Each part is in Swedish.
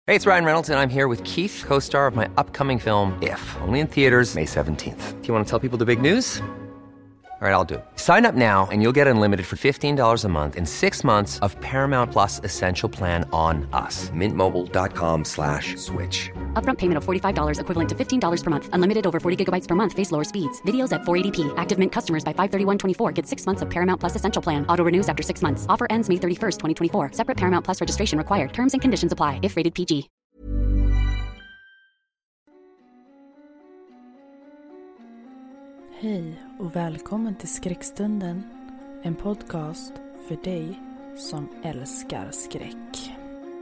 Hey, it's Ryan Reynolds, and I'm here with Keith, co-star of my upcoming film, If, only in theaters May 17th. Do you want to tell people the big news? All right, I'll do it. Sign up now and you'll get unlimited for $15 a month and 6 months of Paramount Plus Essential Plan on us. MintMobile.com/switch. Upfront payment of $45 equivalent to $15 per month. Unlimited over 40 gigabytes per month. Face lower speeds. Videos at 480p. Active Mint customers by 531.24 get 6 months of Paramount Plus Essential Plan. Auto renews after 6 months. Offer ends May 31st, 2024. Separate Paramount Plus registration required. Terms and conditions apply if rated PG. Hej och välkommen till Skräckstunden, en podcast för dig som älskar skräck.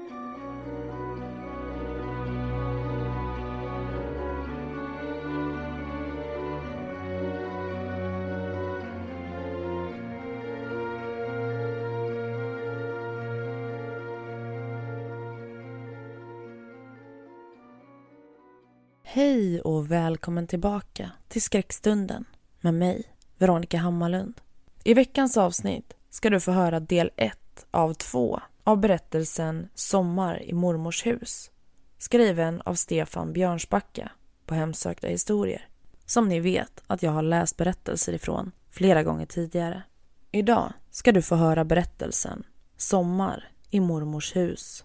Hej och välkommen tillbaka till Skräckstunden med mig, Veronica Hammarlund. I veckans avsnitt ska du få höra del 1 av 2 av berättelsen Sommar i mormors hus, skriven av Stefan Björnsbacka på Hemsökta historier, som ni vet att jag har läst berättelser ifrån flera gånger tidigare. Idag ska du få höra berättelsen Sommar i mormors hus.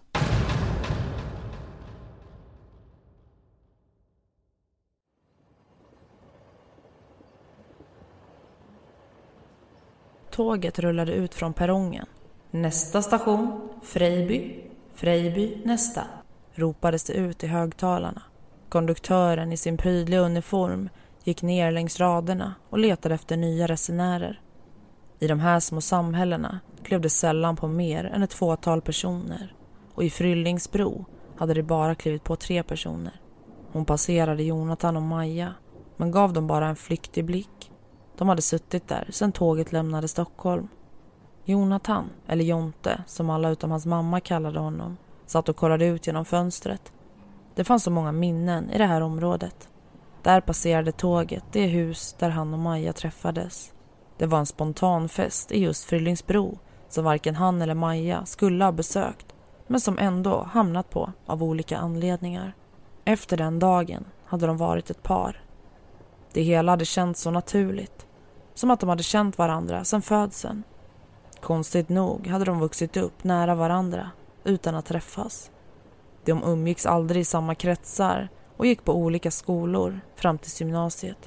Tåget rullade ut från perrongen. Nästa station, Frejby. Frejby nästa, ropades det ut i högtalarna. Konduktören i sin prydliga uniform gick ner längs raderna och letade efter nya resenärer. I de här små samhällena klev det sällan på mer än ett fåtal personer, och i Fryllingsbro hade det bara klivit på 3 personer. Hon passerade Jonathan och Maja, men gav dem bara en flyktig blick. De hade suttit där sedan tåget lämnade Stockholm. Jonathan, eller Jonte som alla utom hans mamma kallade honom, satt och kollade ut genom fönstret. Det fanns så många minnen i det här området. Där passerade tåget det hus där han och Maja träffades. Det var en spontan fest i just Fryllingsbro som varken han eller Maja skulle ha besökt, men som ändå hamnat på av olika anledningar. Efter den dagen hade de varit ett par. Det hela hade känts så naturligt, som att de hade känt varandra sedan födseln. Konstigt nog hade de vuxit upp nära varandra utan att träffas. De umgicks aldrig i samma kretsar och gick på olika skolor fram till gymnasiet.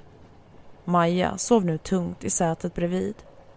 Maja sov nu tungt i sätet bredvid.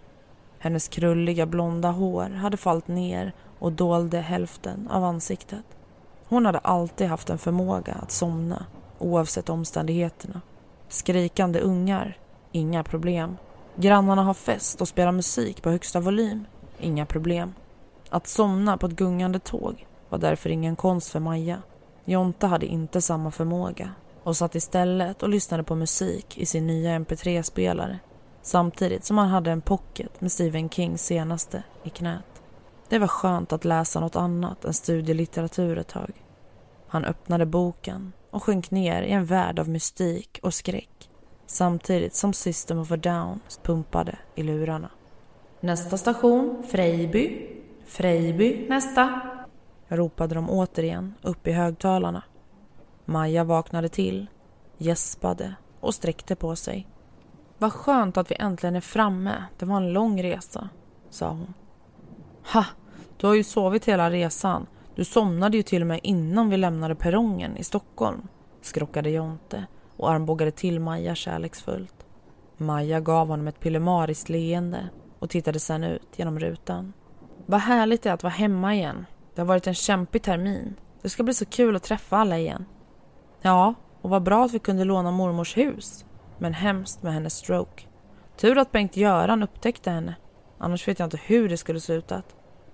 Hennes krulliga blonda hår hade fallit ner och dolde hälften av ansiktet. Hon hade alltid haft en förmåga att somna oavsett omständigheterna. Skrikande ungar, inga problem. Grannarna har fest och spelar musik på högsta volym, inga problem. Att somna på ett gungande tåg var därför ingen konst för Maja. Jonte hade inte samma förmåga och satt istället och lyssnade på musik i sin nya MP3-spelare, samtidigt som han hade en pocket med Stephen Kings senaste i knät. Det var skönt att läsa något annat än studielitteratur ett tag. Han öppnade boken och sjönk ner i en värld av mystik och skräck, samtidigt som System of a Down pumpade i lurarna. Nästa station, Frejby. Frejby nästa, ropade de återigen upp i högtalarna. Maja vaknade till, gäspade och sträckte på sig. Vad skönt att vi äntligen är framme, det var en lång resa, sa hon. Ha, du har ju sovit hela resan. Du somnade ju till och med innan vi lämnade perrongen i Stockholm, skrockade Jonte och armbågade till Maja kärleksfullt. Maja gav honom ett pillemariskt leende och tittade sedan ut genom rutan. Vad härligt det är att vara hemma igen. Det har varit en kämpig termin. Det ska bli så kul att träffa alla igen. Ja, och vad bra att vi kunde låna mormors hus. Men hemskt med hennes stroke. Tur att Bengt-Göran upptäckte henne. Annars vet jag inte hur det skulle slutat.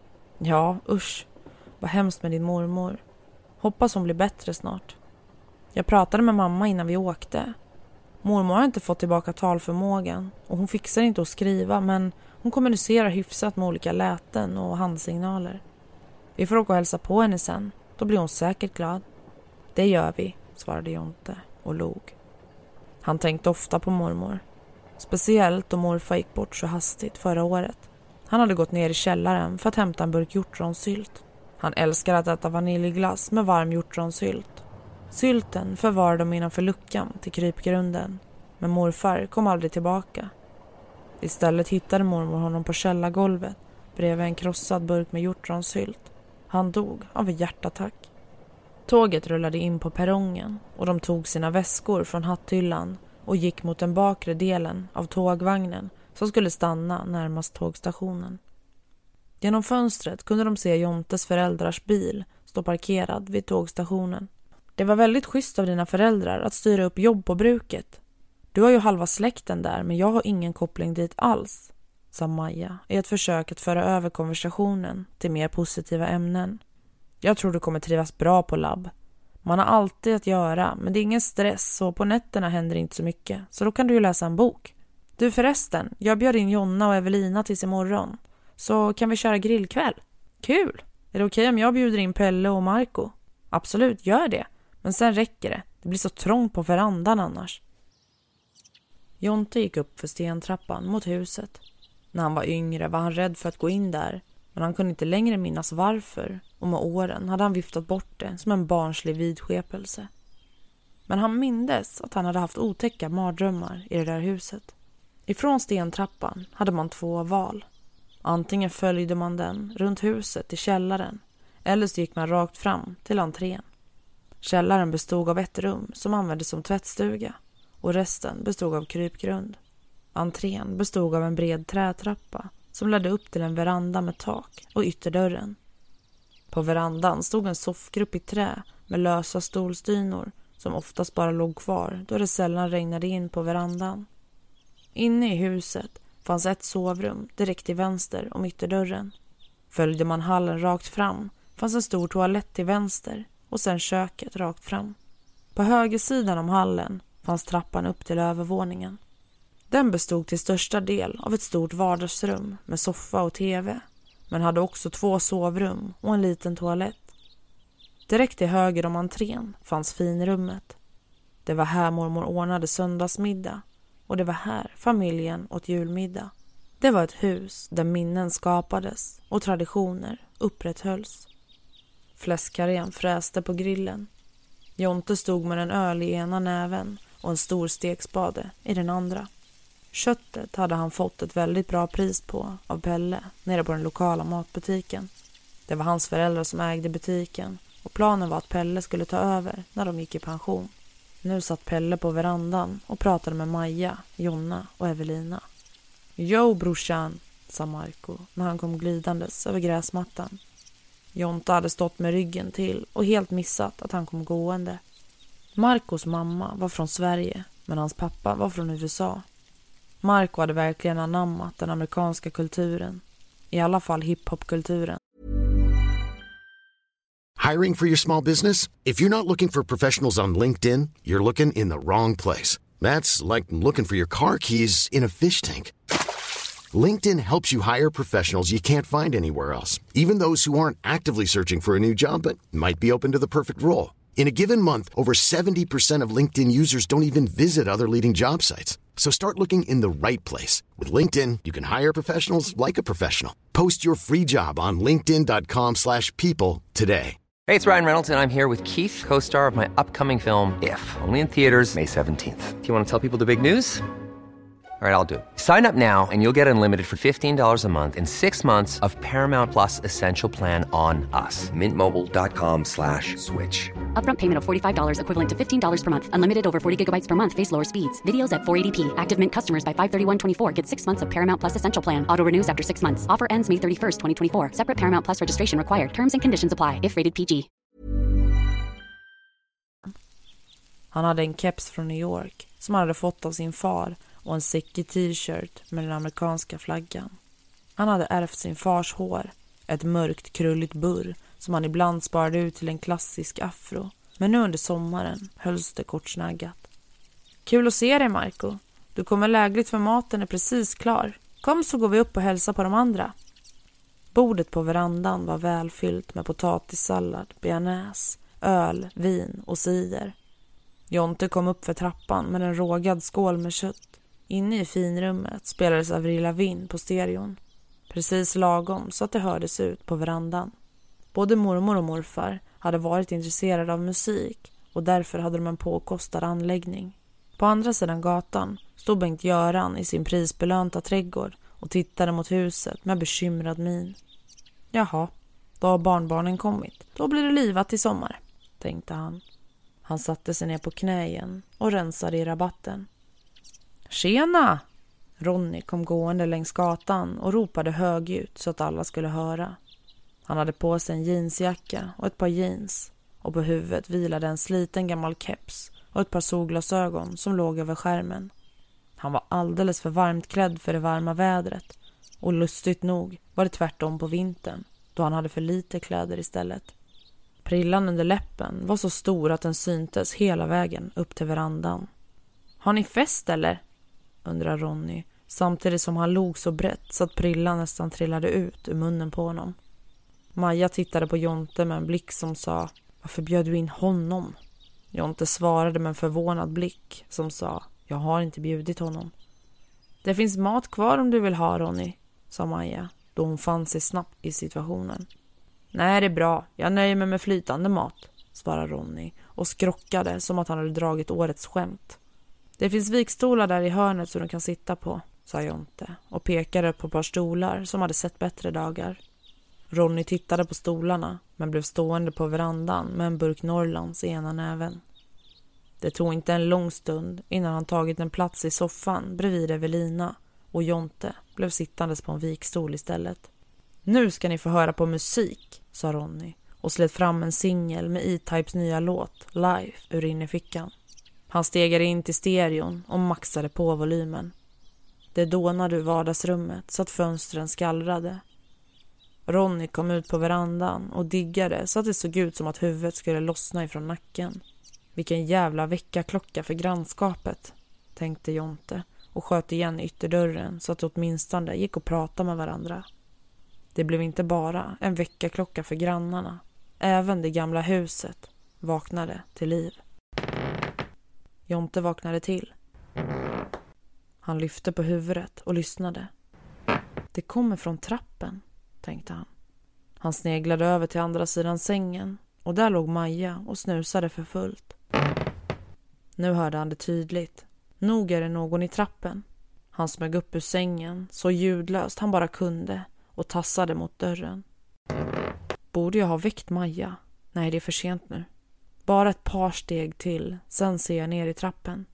Ja, usch. Vad hemskt med din mormor. Hoppas hon blir bättre snart. Jag pratade med mamma innan vi åkte. Mormor har inte fått tillbaka talförmågan och hon fixar inte att skriva, men hon kommunicerar hyfsat med olika läten och handsignaler. Vi får åka och hälsa på henne sen. Då blir hon säkert glad. Det gör vi, svarade Jonte och log. Han tänkte ofta på mormor. Speciellt då morfar gick bort så hastigt förra året. Han hade gått ner i källaren för att hämta en burk hjortronsylt. Han älskar att äta vaniljglass med varm hjortronsylt. Sylten förvarade de innanför luckan till krypgrunden, men morfar kom aldrig tillbaka. Istället hittade mormor honom på källargolvet bredvid en krossad burk med hjortronsylt. Han dog av en hjärtattack. Tåget rullade in på perrongen och de tog sina väskor från hatthyllan och gick mot den bakre delen av tågvagnen som skulle stanna närmast tågstationen. Genom fönstret kunde de se Jontes föräldrars bil stå parkerad vid tågstationen. Det var väldigt schysst av dina föräldrar att styra upp jobb på bruket. Du har ju halva släkten där, men jag har ingen koppling dit alls, sa Maja i ett försök att föra över konversationen till mer positiva ämnen. Jag tror du kommer trivas bra på labb. Man har alltid att göra, men det är ingen stress och på nätterna händer inte så mycket, så då kan du ju läsa en bok. Du förresten, jag bjöd in Jonna och Evelina tills imorgon, så kan vi köra grillkväll. Kul! Är det okej om jag bjuder in Pelle och Marco? Absolut, gör det. Men sen räcker det. Det blir så trångt på verandan annars. Jonte gick upp för stentrappan mot huset. När han var yngre var han rädd för att gå in där, men han kunde inte längre minnas varför, och med åren hade han viftat bort det som en barnslig vidskepelse. Men han mindes att han hade haft otäcka mardrömmar i det där huset. Ifrån stentrappan hade man två val. Antingen följde man den runt huset till källaren, eller så gick man rakt fram till entrén. Källaren bestod av ett rum som användes som tvättstuga, och resten bestod av krypgrund. Entrén bestod av en bred trätrappa som ledde upp till en veranda med tak och ytterdörren. På verandan stod en soffgrupp i trä med lösa stolstynor som oftast bara låg kvar då det sällan regnade in på verandan. Inne i huset fanns ett sovrum direkt till vänster om ytterdörren. Följde man hallen rakt fram fanns en stor toalett till vänster och sen köket rakt fram. På högersidan om hallen fanns trappan upp till övervåningen. Den bestod till största del av ett stort vardagsrum med soffa och tv, men hade också 2 sovrum och en liten toalett. Direkt till höger om entrén fanns finrummet. Det var här mormor ordnade söndagsmiddag, och det var här familjen åt julmiddag. Det var ett hus där minnen skapades och traditioner upprätthölls. Fläskkarrén fräste på grillen. Jonte stod med en öl i ena näven och en stor stekspade i den andra. Köttet hade han fått ett väldigt bra pris på av Pelle nere på den lokala matbutiken. Det var hans föräldrar som ägde butiken, och planen var att Pelle skulle ta över när de gick i pension. Nu satt Pelle på verandan och pratade med Maja, Jonna och Evelina. Jo brorsan, sa Marco när han kom glidandes över gräsmattan. Jonte hade stått med ryggen till och helt missat att han kom gående. Marcos mamma var från Sverige, men hans pappa var från USA. Marco hade verkligen anammat den amerikanska kulturen, i alla fall hiphopkulturen. Hiring for your small business? If you're not looking for professionals on LinkedIn, you're looking in the wrong place. That's like looking for your car keys in a fish tank. LinkedIn helps you hire professionals you can't find anywhere else, even those who aren't actively searching for a new job but might be open to the perfect role. In a given month, over 70% of LinkedIn users don't even visit other leading job sites. So start looking in the right place. With LinkedIn, you can hire professionals like a professional. Post your free job on linkedin.com/people today. Hey, it's Ryan Reynolds, and I'm here with Keith, co-star of my upcoming film, If, only in theaters May 17th. Do you want to tell people the big news? All right, I'll do it. Sign up now and you'll get unlimited for $15 a month and 6 months of Paramount Plus Essential Plan on us. Mintmobile.com/switch. Upfront payment of $45 equivalent to $15 per month. Unlimited over 40 gigabytes per month. Face lower speeds. Videos at 480p. Active Mint customers by 531.24 get 6 months of Paramount Plus Essential Plan. Auto renews after 6 months. Offer ends May 31st, 2024. Separate Paramount Plus registration required. Terms and conditions apply if rated PG. Han hade en keps från New York som han hade fått av sin far och en säckig t-shirt med den amerikanska flaggan. Han hade ärvt sin fars hår, ett mörkt krulligt burr som han ibland sparade ut till en klassisk afro. Men nu under sommaren hölls det kortsnaggat. Kul att se dig, Marco. Du kommer lägligt för maten är precis klar. Kom så går vi upp och hälsar på de andra. Bordet på verandan var välfyllt med potatissallad, bearnaise, öl, vin och cider. Jonte kom upp för trappan med en rågad skål med kött. Inne i finrummet spelades Avril Lavigne på stereon. Precis lagom så att det hördes ut på verandan. Både mormor och morfar hade varit intresserade av musik och därför hade de en påkostad anläggning. På andra sidan gatan stod Bengt Göran i sin prisbelönta trädgård och tittade mot huset med bekymrad min. Jaha, då har barnbarnen kommit. Då blir det livat i sommar, tänkte han. Han satte sig ner på knä igen och rensade i rabatten. Tjena! Ronny kom gående längs gatan och ropade högljutt så att alla skulle höra. Han hade på sig en jeansjacka och ett par jeans och på huvudet vilade en sliten gammal keps och ett par solglasögon som låg över skärmen. Han var alldeles för varmt klädd för det varma vädret och lustigt nog var det tvärtom på vintern då han hade för lite kläder istället. Prillan under läppen var så stor att den syntes hela vägen upp till verandan. Har ni fest eller? Undrar Ronny samtidigt som han log så brett så att prillan nästan trillade ut ur munnen på honom. Maja tittade på Jonte med en blick som sa, varför bjöd du in honom? Jonte svarade med en förvånad blick som sa, jag har inte bjudit honom. Det finns mat kvar om du vill ha, Ronny, sa Maja då hon fann sig snabbt i situationen. Nej, det är bra. Jag nöjer mig med flytande mat, svarade Ronny och skrockade som att han hade dragit årets skämt. Det finns vikstolar där i hörnet som du kan sitta på, sa Jonte och pekade på ett par stolar som hade sett bättre dagar. Ronny tittade på stolarna men blev stående på verandan med en burk Norrlands i ena näven. Det tog inte en lång stund innan han tagit en plats i soffan bredvid Evelina och Jonte blev sittandes på en vikstol istället. Nu ska ni få höra på musik, sa Ronny och slet fram en singel med E-Types nya låt, Life, ur innerfickan. Han stegade in till stereon och maxade på volymen. Det dånade ur vardagsrummet så att fönstren skallrade. Ronny kom ut på verandan och diggade så att det såg ut som att huvudet skulle lossna ifrån nacken. Vilken jävla väckarklocka för grannskapet, tänkte Jonte och sköt igen ytterdörren så att det åtminstone gick att prata med varandra. Det blev inte bara en väckarklocka för grannarna. Även det gamla huset vaknade till liv. Jonte vaknade till. Han lyfte på huvudet och lyssnade. Det kommer från trappen, tänkte han. Han sneglade över till andra sidan sängen och där låg Maja och snusade för fullt. Nu hörde han det tydligt. Nog är det någon i trappen. Han smög upp ur sängen så ljudlöst han bara kunde och tassade mot dörren. Borde jag ha väckt Maja? Nej, det är för sent nu. Bara ett par steg till, sen ser jag ner i trappen.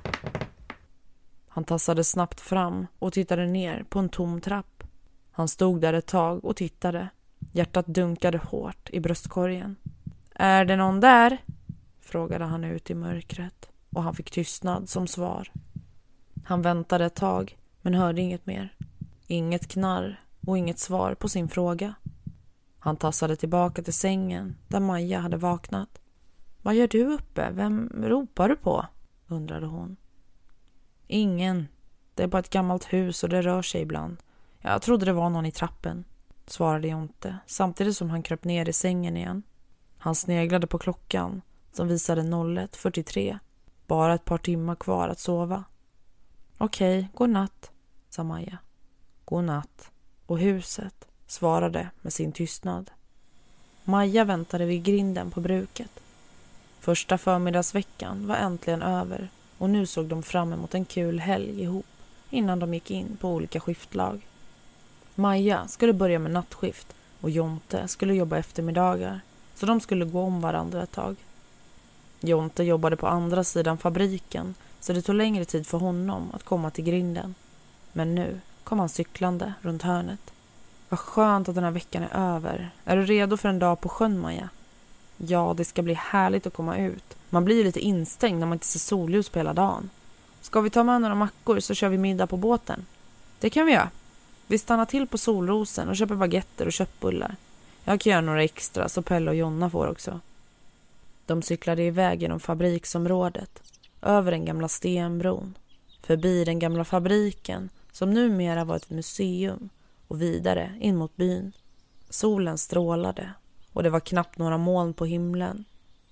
Han tassade snabbt fram och tittade ner på en tom trapp. Han stod där ett tag och tittade. Hjärtat dunkade hårt i bröstkorgen. Är det någon där? Frågade han ut i mörkret och han fick tystnad som svar. Han väntade ett tag men hörde inget mer. Inget knarr och inget svar på sin fråga. Han tassade tillbaka till sängen där Maja hade vaknat. Vad gör du uppe? Vem ropar du på? Undrade hon. Ingen. Det är bara ett gammalt hus och det rör sig ibland. Jag trodde det var någon i trappen, svarade Jonte samtidigt som han kröp ner i sängen igen. Han sneglade på klockan som visade 01:43. Bara ett par timmar kvar att sova. Okej, god natt, sa Maja. God natt. Och huset svarade med sin tystnad. Maja väntade vid grinden på bruket. Första förmiddagsveckan var äntligen över och nu såg de fram emot en kul helg ihop innan de gick in på olika skiftlag. Maja skulle börja med nattskift och Jonte skulle jobba eftermiddagar så de skulle gå om varandra ett tag. Jonte jobbade på andra sidan fabriken så det tog längre tid för honom att komma till grinden. Men nu kom han cyklande runt hörnet. Vad skönt att den här veckan är över. Är du redo för en dag på sjön, Maja? Ja, det ska bli härligt att komma ut. Man blir ju lite instängd när man inte ser solljus på hela dagen. Ska vi ta med några mackor så kör vi middag på båten? Det kan vi göra. Vi stannar till på Solrosen och köper baguetter och köttbullar. Jag kan göra några extra så Pelle och Jonna får också. De cyklade iväg genom fabriksområdet, över den gamla stenbron, förbi den gamla fabriken som numera var ett museum och vidare in mot byn. Solen strålade och det var knappt några moln på himlen.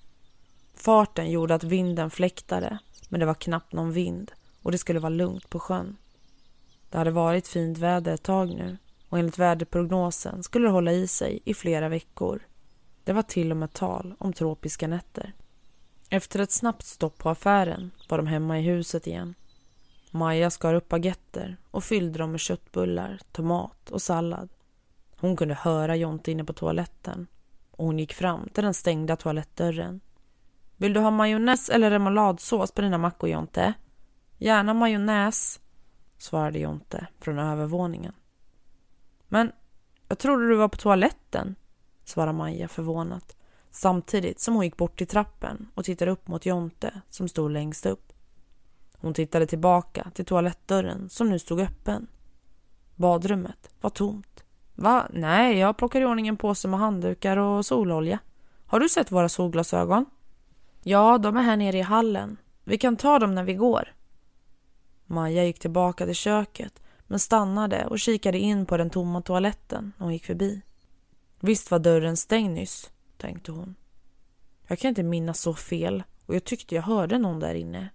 Farten gjorde att vinden fläktade, men det var knappt någon vind och det skulle vara lugnt på sjön. Det hade varit fint väder ett tag nu och enligt väderprognosen skulle det hålla i sig i flera veckor. Det var till och med tal om tropiska nätter. Efter ett snabbt stopp på affären var de hemma i huset igen. Maja skar upp baguetter och fyllde dem med köttbullar, tomat och sallad. Hon kunde höra Jonte inne på toaletten och hon gick fram till den stängda toalettdörren. Vill du ha majonnäs eller remouladsås på dina mackor, Jonte? Gärna majonnäs, svarade Jonte från övervåningen. Men jag trodde du var på toaletten, svarade Maja förvånat, samtidigt som hon gick bort till trappen och tittade upp mot Jonte som stod längst upp. Hon tittade tillbaka till toalettdörren som nu stod öppen. Badrummet var tomt. Va? Nej, jag plockar i ordning en påse med handdukar och sololja. Har du sett våra solglasögon? Ja, de är här nere i hallen. Vi kan ta dem när vi går. Maja gick tillbaka till köket men stannade och kikade in på den tomma toaletten när hon gick förbi. Visst var dörren stängd nyss, tänkte hon. Jag kan inte minnas så fel och jag tyckte jag hörde någon där inne.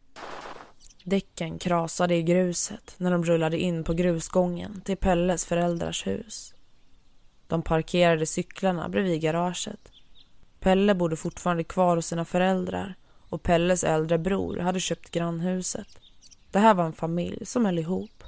Däcken krasade i gruset när de rullade in på grusgången till Pelles föräldrars hus. De parkerade cyklarna bredvid garaget. Pelle bodde fortfarande kvar hos sina föräldrar och Pelles äldre bror hade köpt grannhuset. Det här var en familj som höll ihop.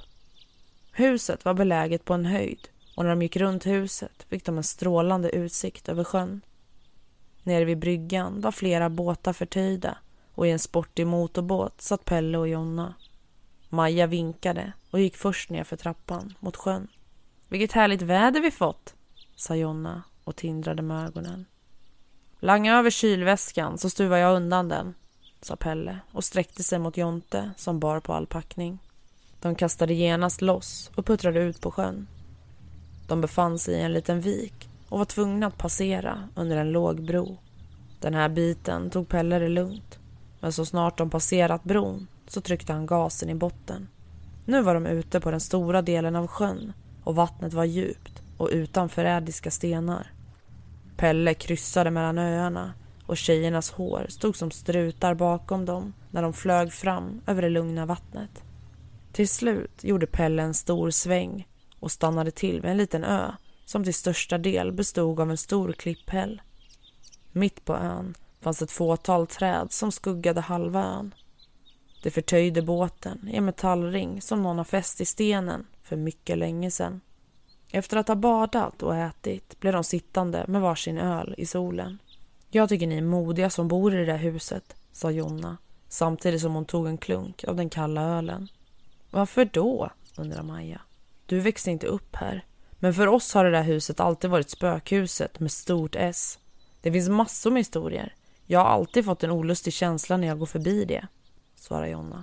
Huset var beläget på en höjd och när de gick runt huset fick de en strålande utsikt över sjön. Nere vid bryggan var flera båtar förtöjda och i en sportig motorbåt satt Pelle och Jonna. Maja vinkade och gick först ner för trappan mot sjön. Vilket härligt väder vi fått, sa Jonna och tindrade med ögonen. Langa över kylväskan så stuvar jag undan den, sa Pelle och sträckte sig mot Jonte som bar på all packning. De kastade genast loss och puttrade ut på sjön. De befann sig i en liten vik och var tvungna att passera under en låg bro. Den här biten tog Pelle det lugnt, men så snart de passerat bron så tryckte han gasen i botten. Nu var de ute på den stora delen av sjön och vattnet var djupt och utan förrädiska stenar. Pelle kryssade mellan öarna och tjejernas hår stod som strutar bakom dem när de flög fram över det lugna vattnet. Till slut gjorde Pelle en stor sväng och stannade till vid en liten ö som till största del bestod av en stor klipphäll. Mitt på ön fanns ett fåtal träd som skuggade halva ön. Det förtöjde båten i en metallring som någon har fäst i stenen för mycket länge sedan. Efter att ha badat och ätit blev de sittande med varsin öl i solen. Jag tycker ni är modiga som bor i det där huset, sa Jonna, samtidigt som hon tog en klunk av den kalla ölen. Varför då, undrar Maja. Du växte inte upp här. Men för oss har det där huset alltid varit spökhuset med stort S. Det finns massor med historier. Jag har alltid fått en olustig känsla när jag går förbi det, svarar Jonna.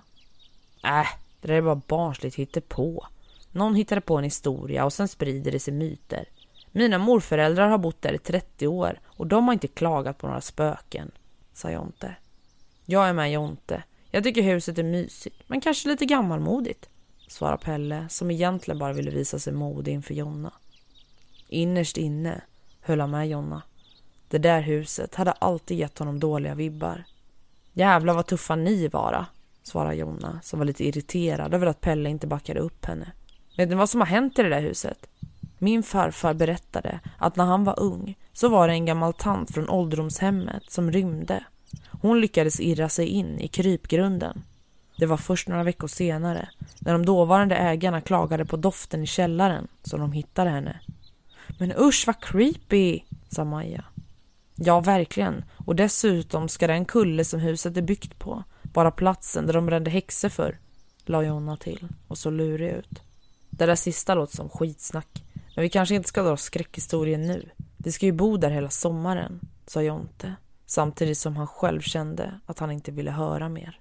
Det där är bara barnsligt hittepå. Någon hittade på en historia och sen sprider det sig myter. Mina morföräldrar har bott där i 30 år och de har inte klagat på några spöken, sa Jonte. Jag är med Jonte. Jag tycker huset är mysigt, men kanske lite gammalmodigt, svarar Pelle som egentligen bara ville visa sig modig inför Jonna. Innerst inne höll han med Jonna. Det där huset hade alltid gett honom dåliga vibbar. Jävlar vad tuffa ni var, svarar Jonna som var lite irriterad över att Pelle inte backade upp henne. Vet ni vad som har hänt i det där huset? Min farfar berättade att när han var ung så var det en gammal tant från ålderdomshemmet som rymde. Hon lyckades irra sig in i krypgrunden. Det var först några veckor senare, när de dåvarande ägarna klagade på doften i källaren, som de hittade henne. Men usch vad creepy, sa Maja. Ja, verkligen. Och dessutom ska den kulle som huset är byggt på vara platsen där de brände häxor för, la Jonna till och så lurig ut. Det där sista låter som skitsnack. Men vi kanske inte ska dra skräckhistorien nu. Vi ska ju bo där hela sommaren, sa Jonte. Samtidigt som han själv kände att han inte ville höra mer.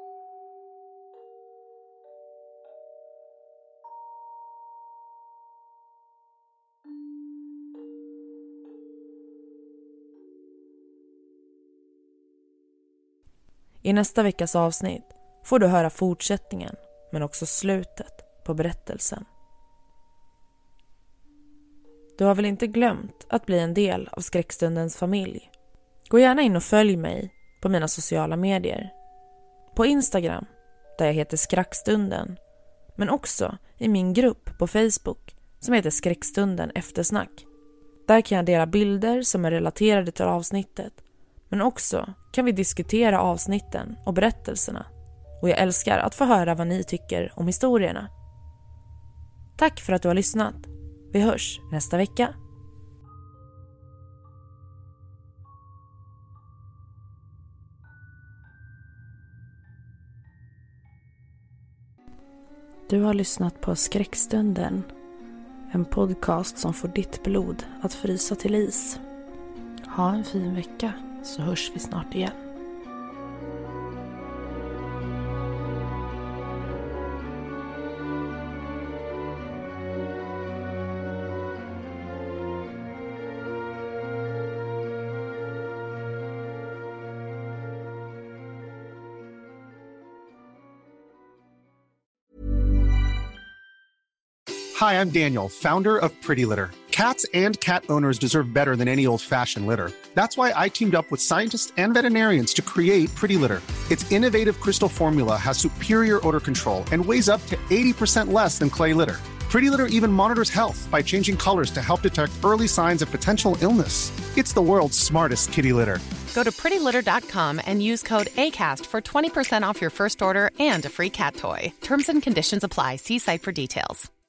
I nästa veckas avsnitt får du höra fortsättningen, men också slutet på berättelsen. Du har väl inte glömt att bli en del av Skräckstundens familj? Gå gärna in och följ mig på mina sociala medier. På Instagram, där jag heter Skräckstunden, men också i min grupp på Facebook som heter Skräckstunden eftersnack. Där kan jag dela bilder som är relaterade till avsnittet, men också kan vi diskutera avsnitten och berättelserna. Och jag älskar att få höra vad ni tycker om historierna. Tack för att du har lyssnat. Vi hörs nästa vecka. Du har lyssnat på Skräckstunden. En podcast som får ditt blod att frysa till is. Ha en fin vecka, så hörs vi snart igen. Hi, I'm Daniel, founder of Pretty Litter. Cats and cat owners deserve better than any old-fashioned litter. That's why I teamed up with scientists and veterinarians to create Pretty Litter. Its innovative crystal formula has superior odor control and weighs up to 80% less than clay litter. Pretty Litter even monitors health by changing colors to help detect early signs of potential illness. It's the world's smartest kitty litter. Go to prettylitter.com and use code ACAST for 20% off your first order and a free cat toy. Terms and conditions apply. See site for details.